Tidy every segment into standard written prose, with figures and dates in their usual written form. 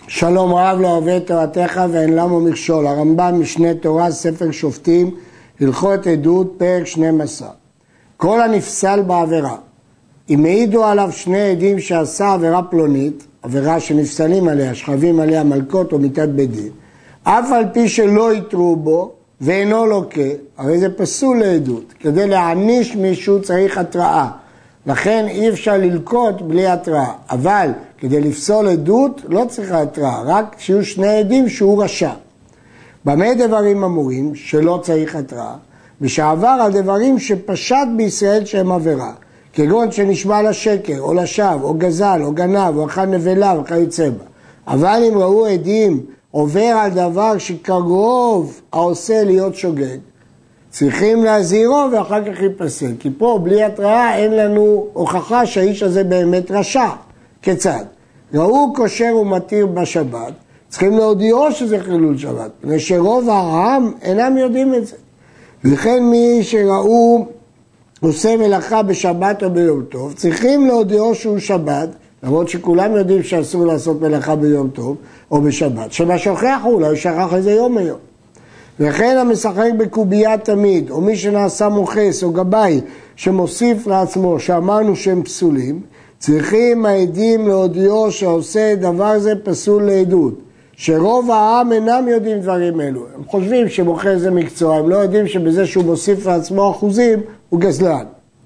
שלום רב לא אוהב את תורתך ואין למו מכשול. הרמב"ם משנה תורה ספר שופטים הלכות עדות פרק 12. כל הנפסל בעבירה, אם העידו עליו שני עדים שעשה עבירה פלונית, עבירה שנפסלים עליה, שחייבים עליה מלקות או מיתת בית דין, אף על פי שלא יתרו בו ואינו לוקה, הרי זה פסול לעדות. כדי להעניש מישהו צריך התראה, לכן אי אפשר ללקות בלי התראה, אבל כדי לפסול עדות לא צריך התראה, רק שיהיו שני עדים שהוא רשע. במה דברים אמורים שלא צריך התראה? ושעבר על דברים שפשט בישראל שהם עבירה, כגון שנשבע לשקר או לשווא או גזל או גנב או אכל נבלה וכיוצא בה. אבל אם ראו עדים עובר על דבר שקרוב העושה להיות שוגג, צריכים להזהירו ואחר כך ייפסל, כי פה בלי התראה אין לנו הוכחה שהאיש הזה באמת רשע. כיצד? ראו כשר ומתיר בשבת, צריכים להודיעו שזה חילול שבת, מפני שרוב העם אינם יודעים את זה. וכן מי שראו עושה מלאכה בשבת או ביום טוב, צריכים להודיעו שהוא שבת, למרות שכולם יודעים שאסור לעשות מלאכה ביום טוב או בשבת, שמה שוכח הוא, לא ישכח איזה יום היום. וכן המשחק בקובייה תמיד, או מי שנעשה מוכס או גבאי שמוסיף לעצמו שאמרנו שהם פסולים, צריכים העדים להודיעו שעושה דבר זה פסול לעדות, שרוב העם אינם יודעים דברים אלו. הם חושבים שמוכר זה מקצוע, הם לא יודעים שבזה שהוא מוסיף לעצמו אחוזים הוא גזלן.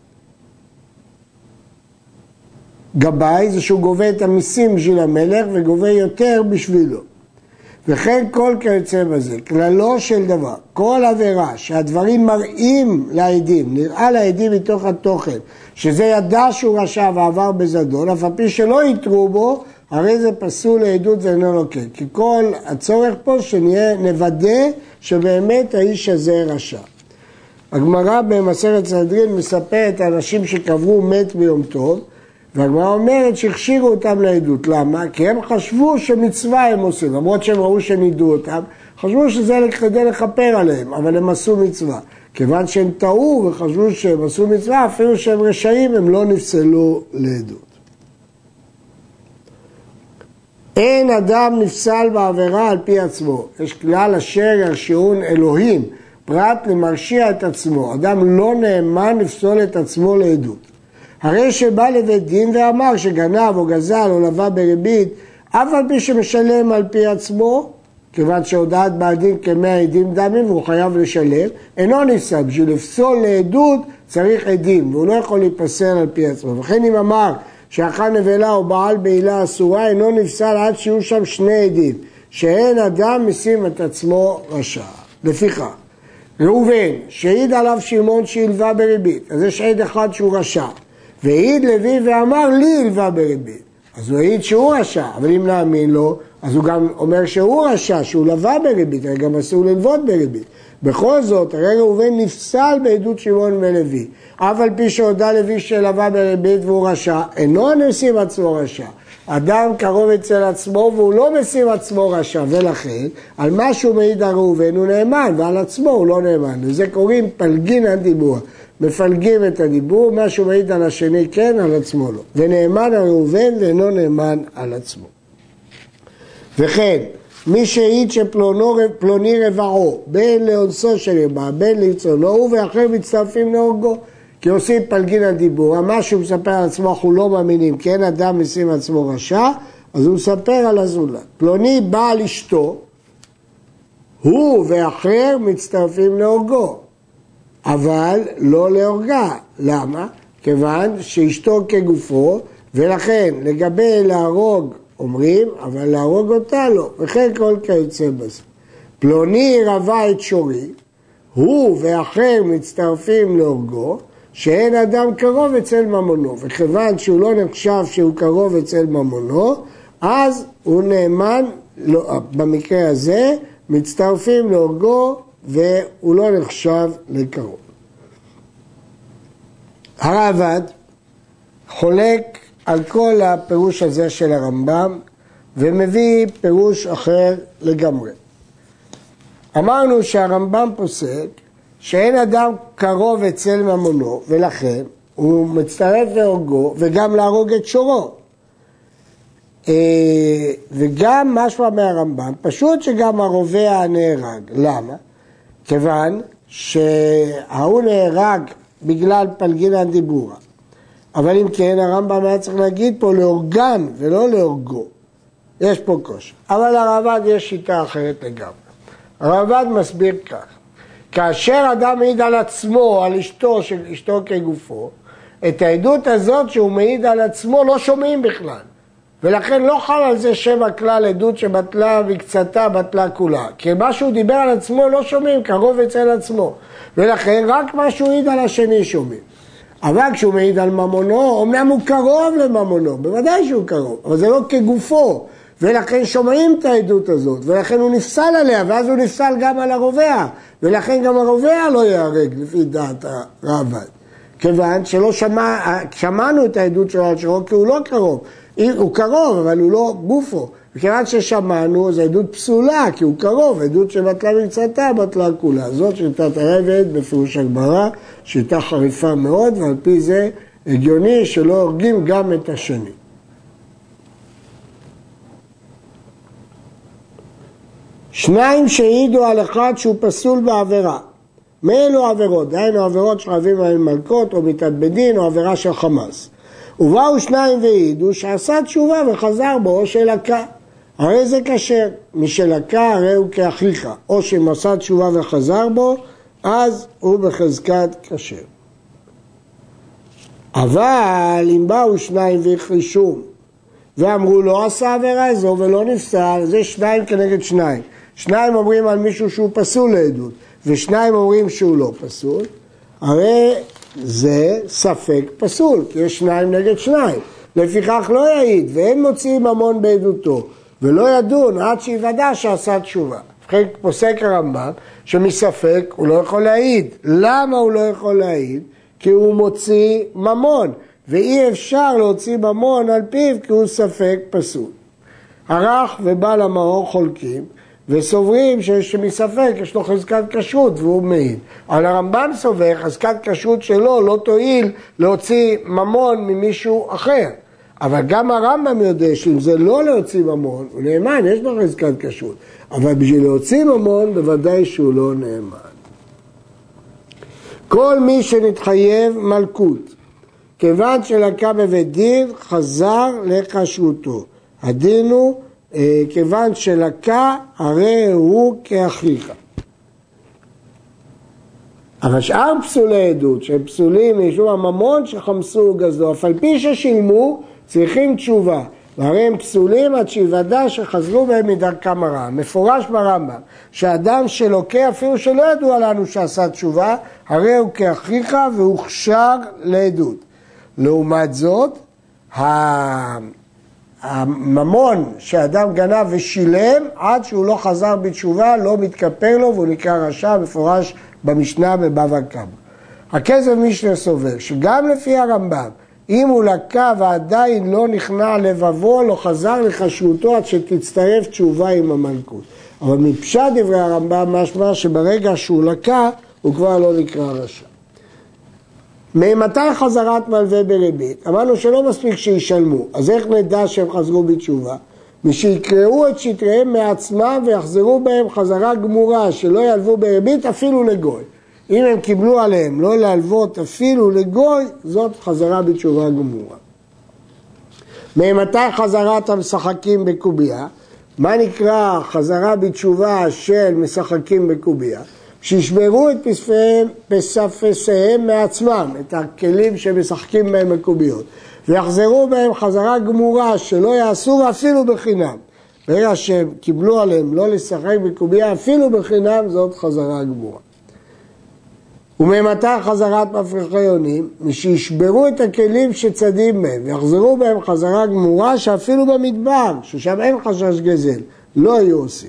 גבאי זה שהוא גובה את המיסים בשביל המלך וגובה יותר בשבילו. וכן כל כיוצא בזה, כללו של דבר, כל עבירה שהדברים מראים לעדים, נראה לעדים מתוך התוכן, שזה ידע שהוא רשע ועבר בזדון, אף על פי שלא יתרו בו, הרי זה פסול לעדות ואינו לוקה. כי כל הצורך פה שנוודא שבאמת האיש הזה רשע. הגמרא במסכת סנהדרין מספרת על אנשים שקברו מת ביום טוב, והגמרא אומרת שהכשירו אותם לעדות. למה? כי הם חשבו שמצווה הם עושים, למרות שהם ראו שנידו אותם, חשבו שזה כדי לכפר עליהם, אבל הם עשו מצווה. כיוון שהם טעו וחשבו שהם עשו מצווה, אפילו שהם רשעים, הם לא נפסלו לעדות. אין אדם נפסל בעבירה על פי עצמו. יש כלל אשר ירשיעון אלוהים, פרט למרשיע את עצמו. אדם לא נאמן לפסול את עצמו לעדות. הרי שבא לבית דין ואמר שגנב או גזל או לווה בריבית, אף על פי שמשלם על פי עצמו, כיוון שהודעת בעל דין כ100 עדים דמים והוא חייב לשלם, אינו נפסל. בשביל לפסול לעדות צריך עדים, והוא לא יכול להיפסל על פי עצמו. וכן אם אמר שאכל נבלה או בעל בעילה אסורה, אינו נפסל עד שיהיו שם שני עדים, שאין אדם משים את עצמו רשע. לפיכך, ראובן, שהעיד עליו שמעון שהלווה בריבית, אז יש עד אחד שהוא רשע. והעיד לוי ואמר לי הלווה בריבית, אז הוא העיד שהוא רשע, אבל אם נאמין לו, אז הוא גם אומר שהוא רשע, שהוא לווה בריבית, הרי גם אסור ללוות בריבית. בכל זאת, הרי ראובן נפסל בעדות שמעון ולוי, אף על פי שהודע לוי שלווה בריבית והוא רשע, אינו משים עצמו רשע. אדם קרוב אצל עצמו והוא לא משים עצמו רשע, ולכן על מה שהוא מעיד על ראובן הוא נאמן, ועל עצמו הוא לא נאמן. לזה קוראים פלגין הדיבור. מפלגים את הדיבור, מה שהוא מעיד על השני כן, על עצמו לא. ונאמן על ראובן ואינו נאמן על עצמו. וכן, מי שהעיד שפלוני רבעו, בין לאונסו של רבע, בין לרצונו, הוא ואחר מצטרפים להורגו. כי עושים פלגין הדיבור, מה שהוא מספר על עצמו, אנחנו לא מאמינים, כי אין אדם משים עצמו רשע, אז הוא מספר על הזולת. פלוני בא על אשתו, הוא ואחר מצטרפים להורגו. אבל לא להורגה. למה? כיוון שאשתו כגופו, ולכן לגבי להרוג אומרים, אבל להרוג אותה לא. וכן כל כיוצא בזה. פלוני רבה את שורי, הוא ואחר מצטרפים להורגו, שאין אדם קרוב אצל ממונו. וכיוון שהוא לא נחשב שהוא קרוב אצל ממונו, אז הוא נאמן, במקרה הזה, מצטרפים להורגו, והוא לא נחשב לקרוב. הרעב"ד חולק על כל הפירוש הזה של הרמב"ם ומביא פירוש אחר לגמרי. אמרנו שהרמב"ם פוסק שאין אדם קרוב אצל ממונו, ולכן הוא מצטרף להורגו וגם להרוג את שורו. וגם משמע מהרמב"ם, פשוט שגם הרובע נהרג. למה? כיוון שההוא נהרג בגלל פלגינן דיבורה. אבל אם כן, הרמב"ם היה צריך להגיד פה להורגן ולא להורגו. יש פה קושי. אבל לרב"ד יש שיטה אחרת לגמרי. הרב"ד מסביר כך, כאשר אדם מעיד על עצמו, או על אשתו כגופו, את העדות הזאת שהוא מעיד על עצמו לא שומעים בכלל. ולכן לא חל על זה שם הכלל עדות שבטלה מקצתה בטלה כולה. כי מה שהוא דיבר על עצמו לא שומעים, קרוב אצל עצמו. ולכן רק מה שהוא העיד על השני שומעים. אבל כשהוא מעיד על ממונו, אמנם הוא קרוב לממונו, בוודאי שהוא קרוב, אבל זה לא כגופו. ולכן שומעים את העדות הזאת, ולכן הוא נפסל עליה, ואז הוא נפסל גם על הרובע. ולכן גם הרובע לא יהרג לפי דעת הרב"ד. כיוון שלא שמענו את העדות שלו על שרו, כי הוא לא קרוב. הוא קרוב, אבל הוא לא גופו. וכיוון ששמענו, זו עדות פסולה, כי הוא קרוב, עדות שבטלה מקצתה, בטלה כולה. זאת שיטת הרב"ד בפירוש הגמרא, שיטה חריפה מאוד, ועל פי זה הגיוני שלא הורגים גם את השני. שניים שהעידו על אחד שהוא פסול בעבירה. מאלו עבירות? דהיינו עבירות שחייבים עליהן מלקות, או מיתת בדין, או עבירה של חמאס. ובאו שניים והעידו שעשה תשובה וחזר בו, או שלקה. הרי זה כשר. משלקה הרי הוא כאחיך. או שאם עשה תשובה וחזר בו, אז הוא בחזקת כשר. אבל אם באו שניים והכחישו, ואמרו לא עשה עבירה זו ולא נפסל, זה שניים כנגד שניים. שניים אומרים על מישהו שהוא פסול לעדות, ושניים אומרים שהוא לא פסול, הרי זה ספק פסול, כי יש שניים נגד שניים. לפיכך לא יעיד, ואין מוציאים ממון בעדותו, ולא ידון עד שיוודע שעשה תשובה. ובכן פוסק הרמב"ם שמספק הוא לא יכול להעיד. למה הוא לא יכול להעיד? כי הוא מוציא ממון, ואי אפשר להוציא ממון על פיו כי הוא ספק פסול. הרח ובעל המאור חולקים, וסוברים שמספק יש לו חזקת כשרות והוא מעיד. אבל הרמב"ם סובר, חזקת כשרות שלו לא תועיל להוציא ממון ממישהו אחר. אבל גם הרמב"ם יודע שאם זה לא להוציא ממון, הוא נאמן, יש לו חזקת כשרות. אבל בשביל להוציא ממון, בוודאי שהוא לא נאמן. כל מי שנתחייב מלכות, כיוון שלקה בבית דין, חזר לכשרותו. הדין הוא, כיוון שלקה, הרי הוא כאחיך. אבל שאר פסולי עדות, שהם פסולים משום הממון שחמסו גזלו, אף על פי ששילמו, צריכים תשובה. והרי הם פסולים עד שיוודע שחזרו בהם מדרכם הרע. מפורש ברמב"ם, שאדם שלוקה אפילו שלא ידוע לנו שעשה תשובה, הרי הוא כאחיך והוכשר לעדות. לעומת זאת, הממון שאדם גנב ושילם, עד שהוא לא חזר בתשובה, לא מתכפר לו והוא נקרא רשע, מפורש במשנה בבבא קמא. הכסף משנה סובר, שגם לפי הרמב"ם, אם הוא לקה ועדיין לא נכנע לבבו, לא חזר לכשרותו עד שתצטרף תשובה עם המלכות. אבל מפשט דברי הרמב"ם משמע שברגע שהוא לקה, הוא כבר לא נקרא רשע. ממתי חזרת מלווה בריבית? אמרנו שלא מספיק שישלמו, אז איך נדע שהם חזרו בתשובה? משיקראו את שטריהם מעצמם ויחזרו בהם חזרה גמורה, שלא ילוו בריבית אפילו לגוי. אם הם קיבלו עליהם לא להלוות אפילו לגוי, זאת חזרה בתשובה גמורה. ממתי חזרת המשחקים בקוביה? מה נקרא חזרה בתשובה של משחקים בקוביה? שישברו את פספיהם מעצמם, את הכלים שמשחקים בהם בקוביות, ויחזרו בהם חזרה גמורה שלא יעשו אפילו בחינם. ברגע שהם קיבלו עליהם לא לשחק בקוביה אפילו בחינם, זאת חזרה גמורה. וממתי חזרת מפרחי יונים? משישברו את הכלים שצדים בהם, ויחזרו בהם חזרה גמורה שאפילו במדבר, ששם אין חשש גזל, לא היו עושים.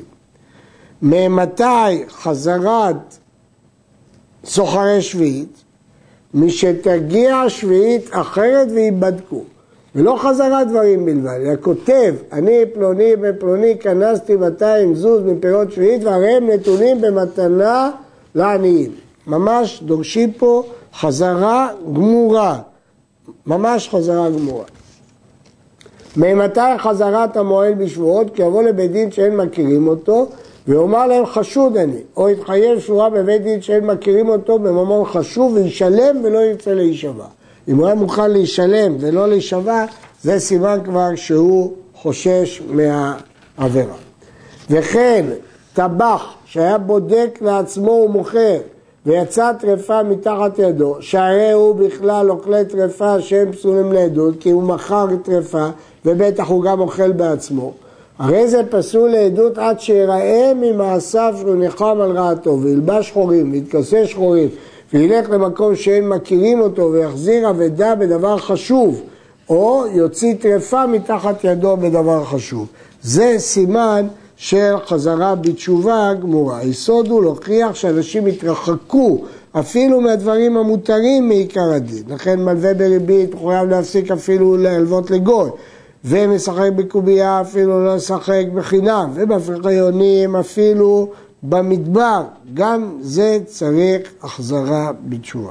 ממתי חזרת סוחרי שביעית? משתגיע שביעית אחרת ויבדקו. ולא חזרת דברים בלבד, אלא כותב, אני פלוני בפלוני כנסתי 200 זוז מפירות שביעית, והרי הם נתונים במתנה לעניים. ממש דורשים פה חזרה גמורה. ממש חזרה גמורה. ממתי חזרת המועל בשבועות? כי יבוא לבית דין שאין מכירים אותו, ויאמר להם חשוד אני, או יתחייב שורה בבית דין שאין מכירים אותו בממון חשוב, וישלם ולא ירצה להישבע. אם הוא היה מוכן להישלם ולא להישבע, זה סימן כבר שהוא חושש מהעבירה. וכן, טבח שהיה בודק לעצמו ומוכר, ויצא טרפה מתחת ידו, שהרי הוא בכלל אוכלי טרפה שהם פסולים לעדות, כי הוא מכר טרפה, ובטח הוא גם אוכל בעצמו. הרי זה פסול לעדות עד שיראה ממעשיו שהוא נחם על רעתו, וילבש שחורים, ויתכסה שחורים, וילך למקום שאין מכירים אותו, ויחזיר אבדה בדבר חשוב, או יוציא טרפה מתחת ידו בדבר חשוב. זה סימן של חזרה בתשובה גמורה. היסוד הוא להוכיח שאנשים יתרחקו אפילו מהדברים המותרים מעיקר הדין. לכן מלווה בריבית הוא חייב להפסיק אפילו להלוות לגוי, ומשחק בקובייה אפילו לא לשחק בחינם, ובפריונים אפילו במדבר. גם זה צריך החזרה בתשובה.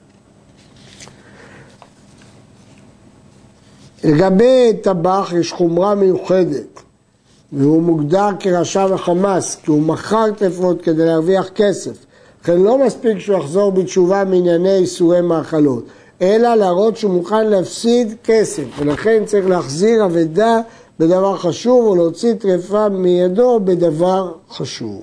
לגבי טבח יש חומרה מיוחדת, והוא מוגדר כרשע וחמאס, כי הוא מכר טרפות כדי להרוויח כסף. לכן לא מספיק שהוא יחזור בתשובה מענייני איסורי מאכלות, אלא להראות שהוא מוכן להפסיד כסף, ולכן צריך להחזיר אבדה בדבר חשוב, או להוציא טרפה מידו בדבר חשוב.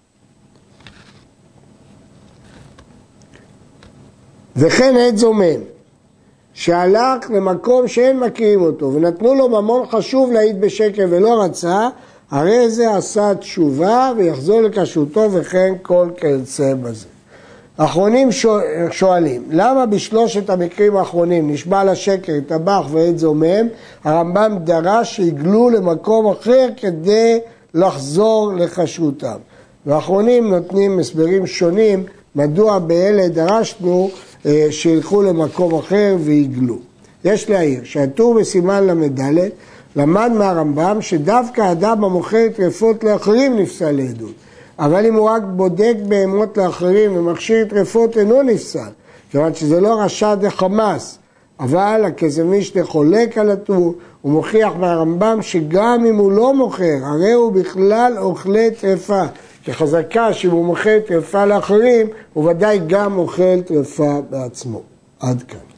וכן עד זומם, שהלך למקום שאין מכירים אותו, ונתנו לו ממון חשוב להעיד בשקר ולא רצה, הרי זה עשה תשובה ויחזור לקשותו, וכן כל כיוצא בזה. האחרונים שואלים, למה בשלושת המקרים האחרונים נשבע לשקר, טבח ועד זומם, הרמב"ם דרש שיגלו למקום אחר כדי לחזור לכשרותם. והאחרונים נותנים הסברים שונים מדוע באלה דרשנו שילכו למקום אחר ויגלו. יש להעיר שהטור בסימן למד' למד מהרמב"ם שדווקא אדם המוכר טרפות לאחרים נפסל לעדות. אבל אם הוא רק בודק בהמות לאחרים ומכשיר טרפות אינו נפסל, כיוון שזה לא רשע דחמאס. אבל הכסף חולק על הטור, הוא מוכיח מהרמב"ם שגם אם הוא לא מוכר, הרי הוא בכלל אוכלי טרפה. כחזקה שאם הוא מוכר טרפה לאחרים, הוא ודאי גם אוכל טרפה בעצמו. עד כאן.